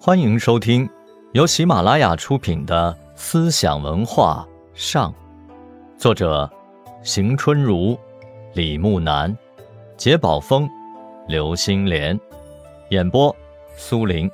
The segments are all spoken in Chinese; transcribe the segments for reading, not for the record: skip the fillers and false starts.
欢迎收听由喜马拉雅出品的《思想文化上》，作者邢春如、李木南、杰宝峰、刘星莲，演播苏林。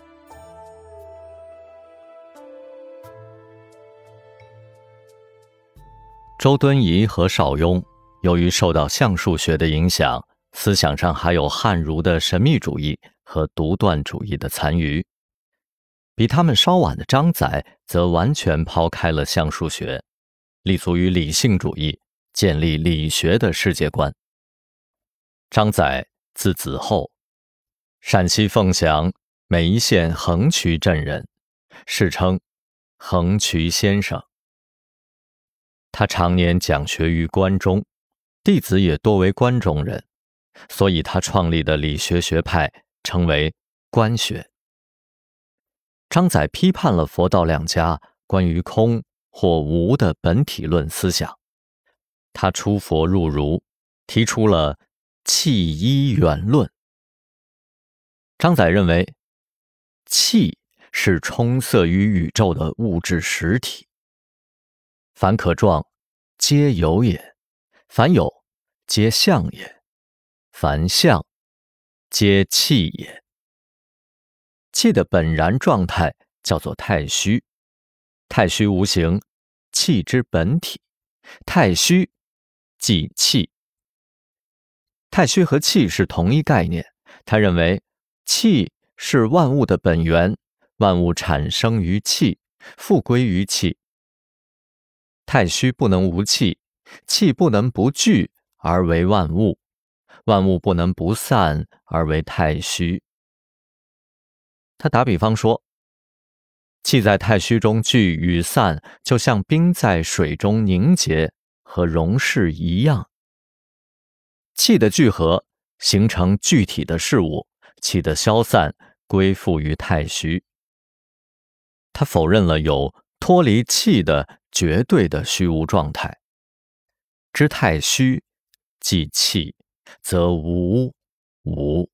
周敦颐和邵雍由于受到象数学的影响，思想上还有汉儒的神秘主义和独断主义的残余。比他们稍晚的张载则完全抛开了象数学，立足于理性主义，建立理学的世界观。张载字子厚，陕西凤翔每一县横渠镇人，世称横渠先生。他常年讲学于关中，弟子也多为关中人，所以他创立的理学学派称为关学。张载批判了佛道两家关于空或无的本体论思想，他出佛入儒，提出了气一元论。张载认为，气是充塞于宇宙的物质实体，凡可状，皆有也；凡有，皆相也；凡相，皆气也。气的本然状态叫做太虚，太虚无形，气之本体，太虚即气。太虚和气是同一概念，他认为气是万物的本源，万物产生于气，复归于气。太虚不能无气，气不能不聚而为万物，万物不能不散而为太虚。他打比方说，气在太虚中聚与散，就像冰在水中凝结和溶释一样。气的聚合形成具体的事物，气的消散归附于太虚。他否认了有脱离气的绝对的虚无状态。知太虚即气，则无无。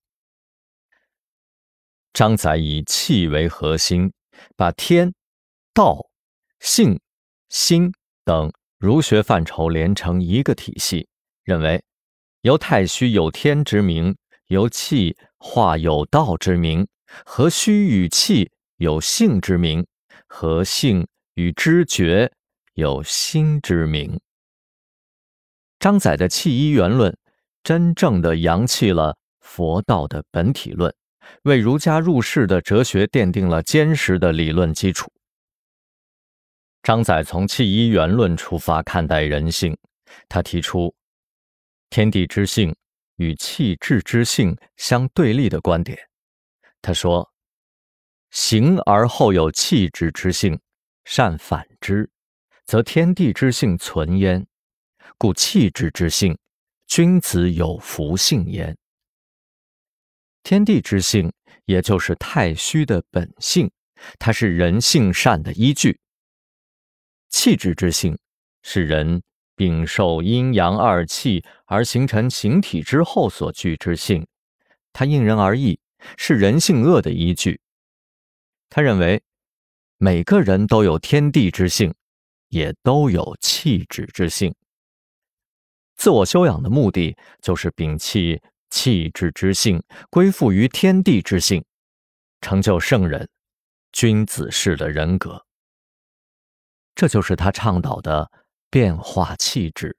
张载以气为核心，把天、道、性、心等儒学范畴连成一个体系，认为由太虚有天之名，由气化有道之名，和虚与气有性之名，和性与知觉有心之名。张载的气一元论真正地扬弃了佛道的本体论，为儒家入世的哲学奠定了坚实的理论基础。张载从气一元论出发看待人性，他提出天地之性与气质之性相对立的观点。他说，形而后有气质之性，善反之，则天地之性存焉，故气质之性，君子有福性焉。天地之性也就是太虚的本性，它是人性善的依据。气质之性是人禀受阴阳二气而形成形体之后所具之性，它因人而异，是人性恶的依据。他认为每个人都有天地之性，也都有气质之性。自我修养的目的就是摒弃气质之性，归附于天地之性，成就圣人、君子式的人格。这就是他倡导的变化气质。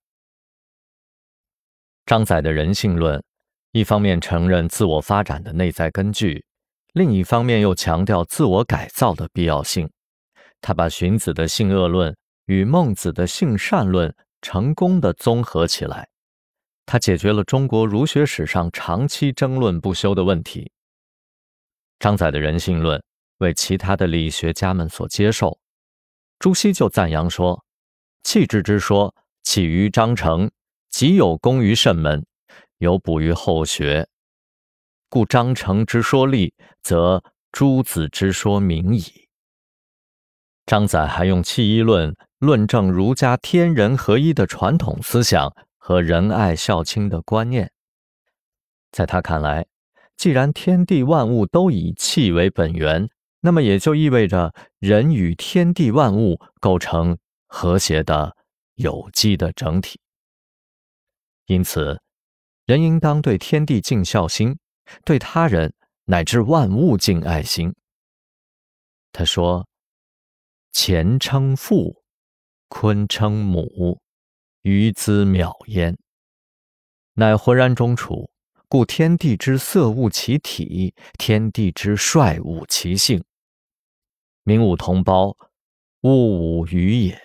张载的人性论，一方面承认自我发展的内在根据，另一方面又强调自我改造的必要性。他把荀子的性恶论与孟子的性善论成功地综合起来，他解决了中国儒学史上长期争论不休的问题。张载的人性论为其他的理学家们所接受，朱熹就赞扬说，气质之说起于张成，极有功于圣门，有补于后学，故张成之说立，则诸子之说明矣。张载还用气一论论证儒家天人合一的传统思想和仁爱孝亲的观念。在他看来，既然天地万物都以气为本源， 那么也就意味着人与天地万物构成和谐的有机的整体。因此，人应当对天地尽孝心，对他人乃至万物尽爱心。他说：乾称父，坤称母，于兹渺焉，乃浑然中处，故天地之色物其体，天地之率物其性。民物同胞，物与也。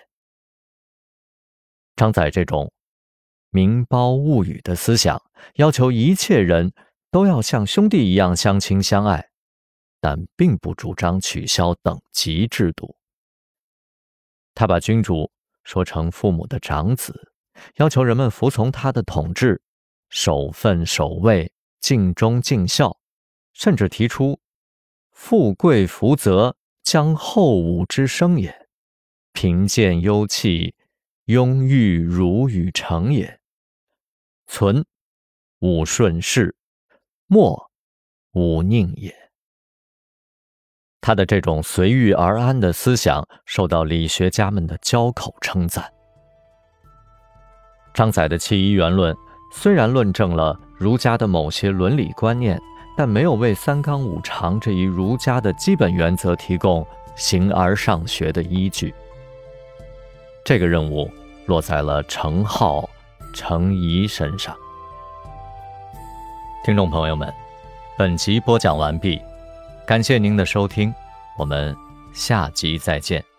张载这种民胞物与的思想，要求一切人都要像兄弟一样相亲相爱，但并不主张取消等级制度。他把君主说成父母的长子，要求人们服从他的统治，守分守位，尽忠尽孝，甚至提出富贵福泽，将后武之生也；贫贱忧戚，庸欲辱与成也。存，勿顺势；默，勿佞也。他的这种随遇而安的思想受到理学家们的交口称赞。张载的弃医原论虽然论证了儒家的某些伦理观念，但没有为三纲五常这一儒家的基本原则提供形而上学的依据。这个任务落在了程颢、程颐身上。听众朋友们，本集播讲完毕，感谢您的收听，我们下集再见。